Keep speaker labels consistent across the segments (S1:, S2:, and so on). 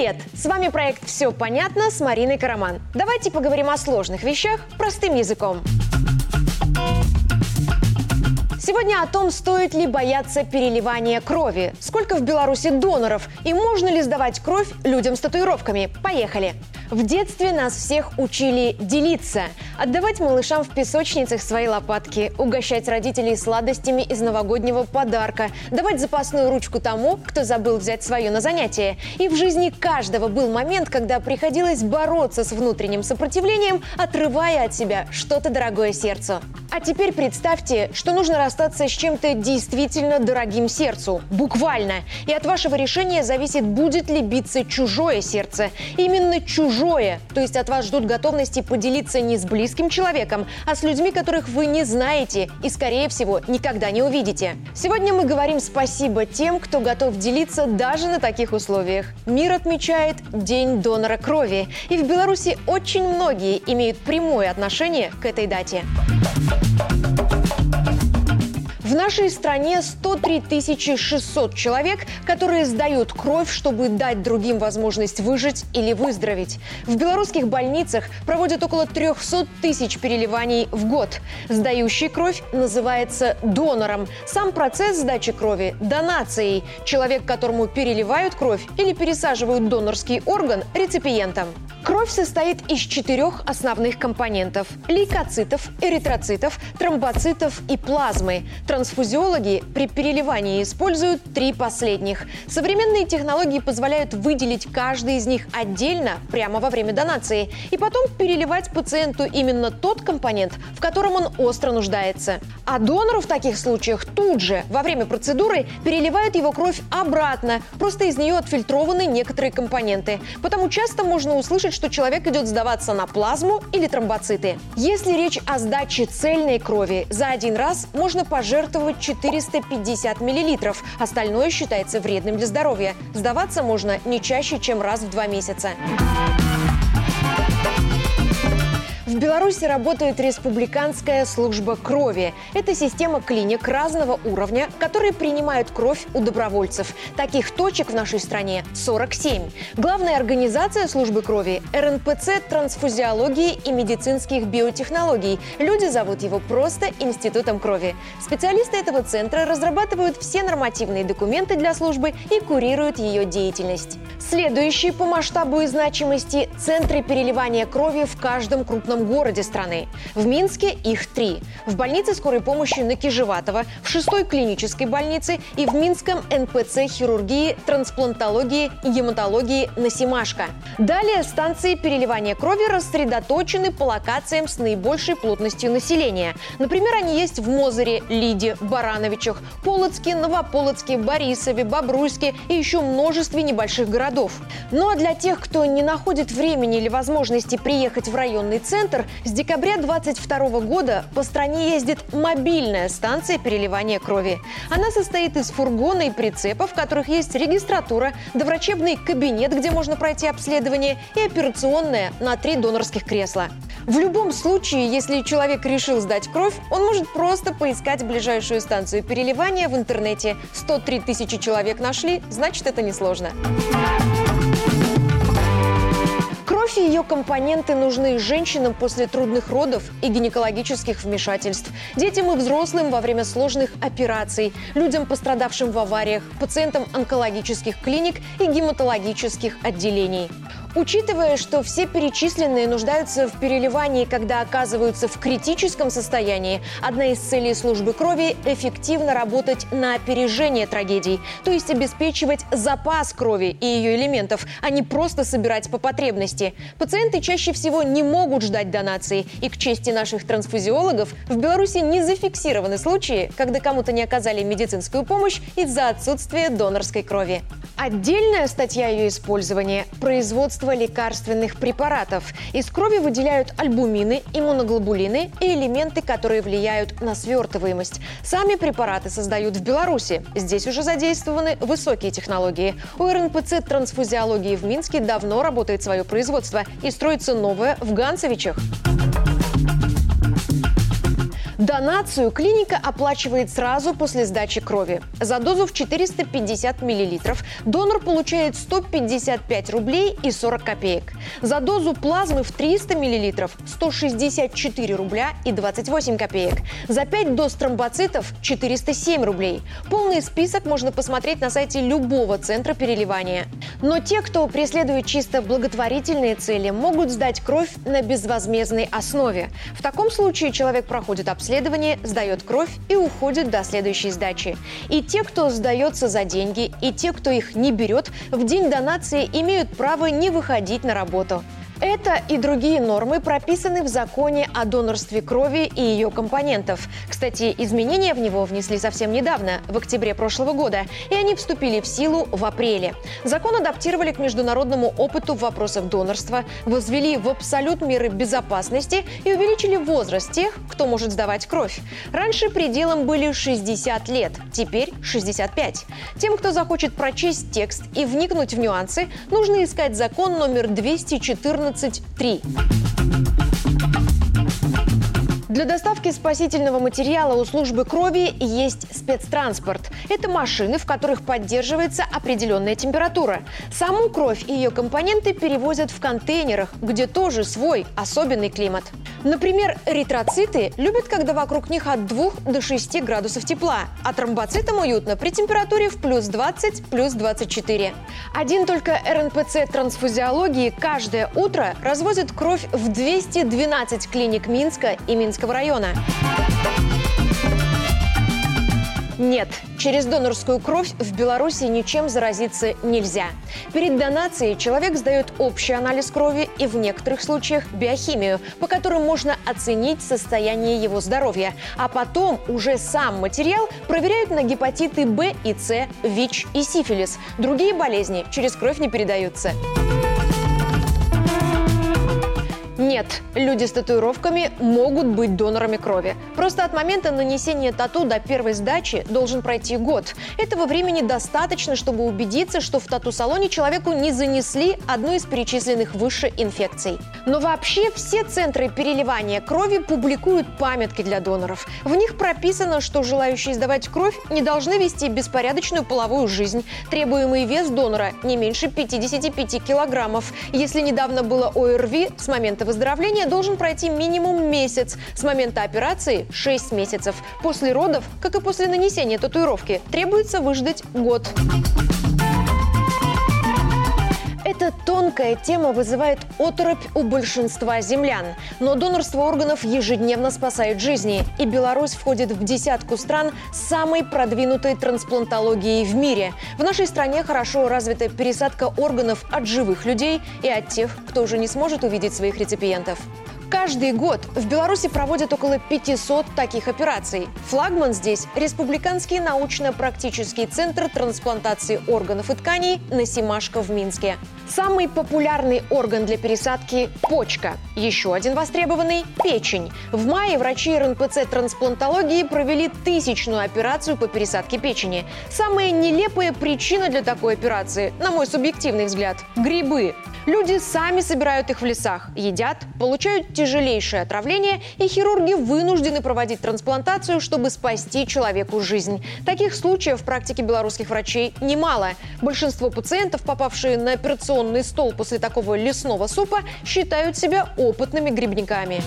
S1: Привет! С вами проект «Все понятно» с Мариной Караман. Давайте поговорим о сложных вещах простым языком. Сегодня о том, стоит ли бояться переливания крови, сколько в Беларуси доноров и можно ли сдавать кровь людям с татуировками. Поехали! В детстве нас всех учили делиться, отдавать малышам в песочницах свои лопатки, угощать родителей сладостями из новогоднего подарка, давать запасную ручку тому, кто забыл взять свою на занятие. И в жизни каждого был момент, когда приходилось бороться с внутренним сопротивлением, отрывая от себя что-то дорогое сердцу. А теперь представьте, что нужно расстаться с чем-то действительно дорогим сердцу. Буквально. И от вашего решения зависит, будет ли биться чужое сердце. Именно чужое. То есть от вас ждут готовности поделиться не с близким человеком, а с людьми, которых вы не знаете и, скорее всего, никогда не увидите. Сегодня мы говорим спасибо тем, кто готов делиться даже на таких условиях. Мир отмечает День донора крови. И в Беларуси очень многие имеют прямое отношение к этой дате. В нашей стране 103 600 человек, которые сдают кровь, чтобы дать другим возможность выжить или выздороветь. В белорусских больницах проводят около 300 тысяч переливаний в год. Сдающий кровь называется донором. Сам процесс сдачи крови – донацией. Человек, которому переливают кровь или пересаживают донорский орган, реципиентом. Кровь состоит из 4 основных компонентов – лейкоцитов, эритроцитов, тромбоцитов и плазмы. Трансфузиологи при переливании используют 3 последних. Современные технологии позволяют выделить каждый из них отдельно прямо во время донации и потом переливать пациенту именно тот компонент, в котором он остро нуждается. А донору в таких случаях тут же, во время процедуры, переливают его кровь обратно, просто из нее отфильтрованы некоторые компоненты. Потому часто можно услышать, что человек идет сдаваться на плазму или тромбоциты. Если речь о сдаче цельной крови, за один раз можно пожертвовать 450 мл. Остальное считается вредным для здоровья. Сдаваться можно не чаще, чем раз в 2 месяца. В Беларуси работает республиканская служба крови. Это система клиник разного уровня, которые принимают кровь у добровольцев. Таких точек в нашей стране 47. Главная организация службы крови – РНПЦ трансфузиологии и медицинских биотехнологий. Люди зовут его просто Институтом крови. Специалисты этого центра разрабатывают все нормативные документы для службы и курируют ее деятельность. Следующие по масштабу и значимости – центры переливания крови в каждом крупном городе страны. В Минске их 3. В больнице скорой помощи на Кижеватова, в 6-й клинической больнице и в Минском НПЦ хирургии, трансплантологии и гематологии на Семашко. Далее станции переливания крови рассредоточены по локациям с наибольшей плотностью населения. Например, они есть в Мозыре, Лиде, Барановичах, Полоцке, Новополоцке, Борисове, Бобруйске и еще множестве небольших городов. Ну а для тех, кто не находит времени или возможности приехать в районный центр, с декабря 2022 года по стране ездит мобильная станция переливания крови. Она состоит из фургона и прицепа, в которых есть регистратура, доврачебный кабинет, где можно пройти обследование, и операционная на 3 донорских кресла. В любом случае, если человек решил сдать кровь, он может просто поискать ближайшую станцию переливания в интернете. 103 тысячи человек нашли, значит, это несложно. Кровь и ее компоненты нужны женщинам после трудных родов и гинекологических вмешательств, детям и взрослым во время сложных операций, людям, пострадавшим в авариях, пациентам онкологических клиник и гематологических отделений. Учитывая, что все перечисленные нуждаются в переливании, когда оказываются в критическом состоянии, одна из целей службы крови – эффективно работать на опережение трагедий, то есть обеспечивать запас крови и ее элементов, а не просто собирать по потребности. Пациенты чаще всего не могут ждать донации, и к чести наших трансфузиологов в Беларуси не зафиксированы случаи, когда кому-то не оказали медицинскую помощь из-за отсутствия донорской крови. Отдельная статья ее использования – производство лекарственных препаратов. Из крови выделяют альбумины, иммуноглобулины и элементы, которые влияют на свертываемость. Сами препараты создают в Беларуси. Здесь уже задействованы высокие технологии. У РНПЦ трансфузиологии в Минске давно работает свое производство и строится новое в Ганцевичах. Донацию клиника оплачивает сразу после сдачи крови. За дозу в 450 мл донор получает 155 рублей и 40 копеек. За дозу плазмы в 300 мл 164 рубля и 28 копеек. За 5 доз тромбоцитов 407 рублей. Полный список можно посмотреть на сайте любого центра переливания. Но те, кто преследует чисто благотворительные цели, могут сдать кровь на безвозмездной основе. В таком случае человек проходит обследование, сдает кровь и уходит до следующей сдачи. И те, кто сдается за деньги, и те, кто их не берет, в день донации имеют право не выходить на работу. Это и другие нормы прописаны в законе о донорстве крови и ее компонентов. Кстати, изменения в него внесли совсем недавно, в октябре прошлого года, и они вступили в силу в апреле. Закон адаптировали к международному опыту в вопросах донорства, возвели в абсолют меры безопасности и увеличили возраст тех, кто может сдавать кровь. Раньше пределом были 60 лет, теперь 65. Тем, кто захочет прочесть текст и вникнуть в нюансы, нужно искать закон номер 214-3. Для доставки спасительного материала у службы крови есть спецтранспорт. Это машины, в которых поддерживается определенная температура. Саму кровь и ее компоненты перевозят в контейнерах, где тоже свой особенный климат. Например, эритроциты любят, когда вокруг них от 2 до 6 градусов тепла, а тромбоцитам уютно при температуре в плюс 20, плюс 24. Один только РНПЦ трансфузиологии каждое утро развозит кровь в 212 клиник Минска и Минского района. Нет, через донорскую кровь в Беларуси ничем заразиться нельзя. Перед донацией человек сдает общий анализ крови и в некоторых случаях биохимию, по которым можно оценить состояние его здоровья. А потом уже сам материал проверяют на гепатиты В и С, ВИЧ и сифилис. Другие болезни через кровь не передаются. Нет, люди с татуировками могут быть донорами крови. Просто от момента нанесения тату до первой сдачи должен пройти год. Этого времени достаточно, чтобы убедиться, что в тату-салоне человеку не занесли одну из перечисленных выше инфекций. Но вообще все центры переливания крови публикуют памятки для доноров. В них прописано, что желающие сдавать кровь не должны вести беспорядочную половую жизнь. Требуемый вес донора не меньше 55 килограммов. Если недавно было ОРВИ, с момента выздоровления должен пройти минимум месяц. С момента операции – 6 месяцев. После родов, как и после нанесения татуировки, требуется выждать год. Эта тонкая тема вызывает оторопь у большинства землян. Но донорство органов ежедневно спасает жизни. И Беларусь входит в десятку стран с самой продвинутой трансплантологией в мире. В нашей стране хорошо развита пересадка органов от живых людей и от тех, кто уже не сможет увидеть своих реципиентов. Каждый год в Беларуси проводят около 500 таких операций. Флагман здесь – Республиканский научно-практический центр трансплантации органов и тканей «Насимашко» в Минске. Самый популярный орган для пересадки – почка. Еще один востребованный – печень. В мае врачи РНПЦ трансплантологии провели 1000-ную операцию по пересадке печени. Самая нелепая причина для такой операции, на мой субъективный взгляд – грибы. Люди сами собирают их в лесах, едят, получают тяжелейшее отравление, и хирурги вынуждены проводить трансплантацию, чтобы спасти человеку жизнь. Таких случаев в практике белорусских врачей немало. Большинство пациентов, попавшие на операционный стол после такого лесного супа, считают себя опытными грибниками.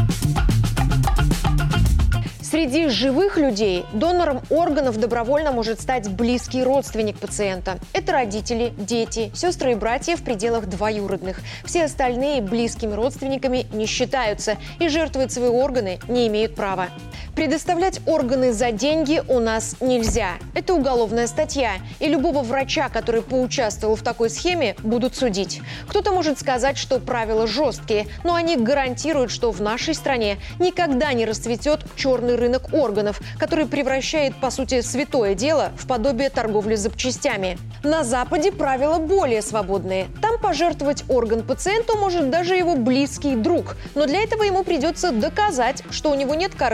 S1: Среди живых людей донором органов добровольно может стать близкий родственник пациента. Это родители, дети, сестры и братья в пределах двоюродных. Все остальные близкими родственниками не считаются и жертвовать свои органы не имеют права. Предоставлять органы за деньги у нас нельзя. Это уголовная статья, и любого врача, который поучаствовал в такой схеме, будут судить. Кто-то может сказать, что правила жесткие, но они гарантируют, что в нашей стране никогда не расцветет черный рынок органов, который превращает, по сути, святое дело в подобие торговли запчастями. На Западе правила более свободные. Там пожертвовать орган пациенту может даже его близкий друг, но для этого ему придется доказать, что у него нет корыстных целей.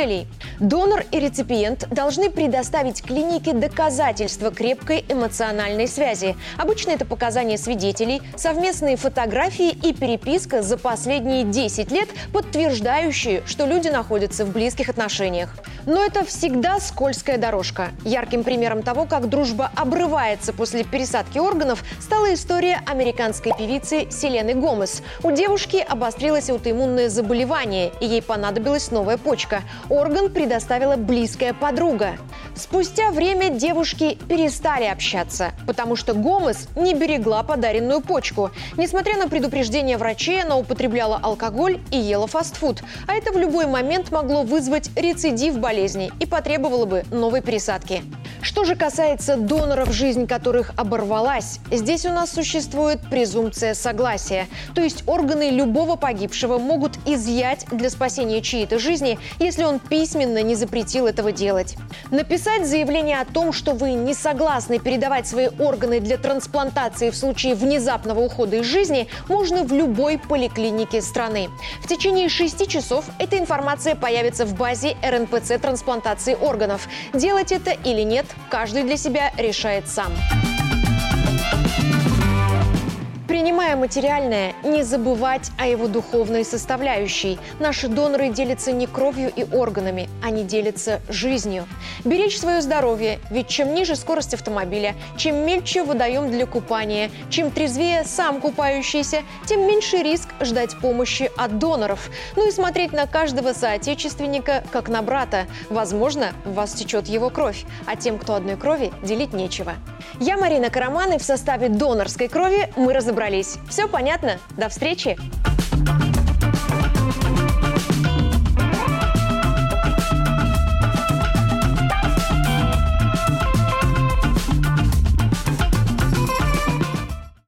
S1: целей. Донор и реципиент должны предоставить клинике доказательства крепкой эмоциональной связи. Обычно это показания свидетелей, совместные фотографии и переписка за последние 10 лет, подтверждающие, что люди находятся в близких отношениях. Но это всегда скользкая дорожка. Ярким примером того, как дружба обрывается после пересадки органов, стала история американской певицы Селены Гомес. У девушки обострилось аутоиммунное заболевание, и ей понадобилась новая почка. Орган предоставила близкая подруга. Спустя время девушки перестали общаться, потому что Гомес не берегла подаренную почку. Несмотря на предупреждение врачей, она употребляла алкоголь и ела фастфуд. А это в любой момент могло вызвать рецидив болезни и потребовало бы новой пересадки. Что же касается доноров, жизнь которых оборвалась, здесь у нас существует презумпция согласия. То есть органы любого погибшего могут изъять для спасения чьей-то жизни, если он письменно не запретил этого делать. Написать заявление о том, что вы не согласны передавать свои органы для трансплантации в случае внезапного ухода из жизни, можно в любой поликлинике страны. В течение 6 часов эта информация появится в базе РНПЦ трансплантации органов. Делать это или нет, каждый для себя решает сам. Принимая материальное, не забывать о его духовной составляющей. Наши доноры делятся не кровью и органами, они делятся жизнью. Беречь свое здоровье, ведь чем ниже скорость автомобиля, чем мельче водоем для купания, чем трезвее сам купающийся, тем меньше риск ждать помощи от доноров. Ну и смотреть на каждого соотечественника, как на брата. Возможно, в вас течет его кровь, а тем, кто одной крови, делить нечего. Я Марина Караман, и в составе донорской крови мы разобрались. Все понятно? До встречи!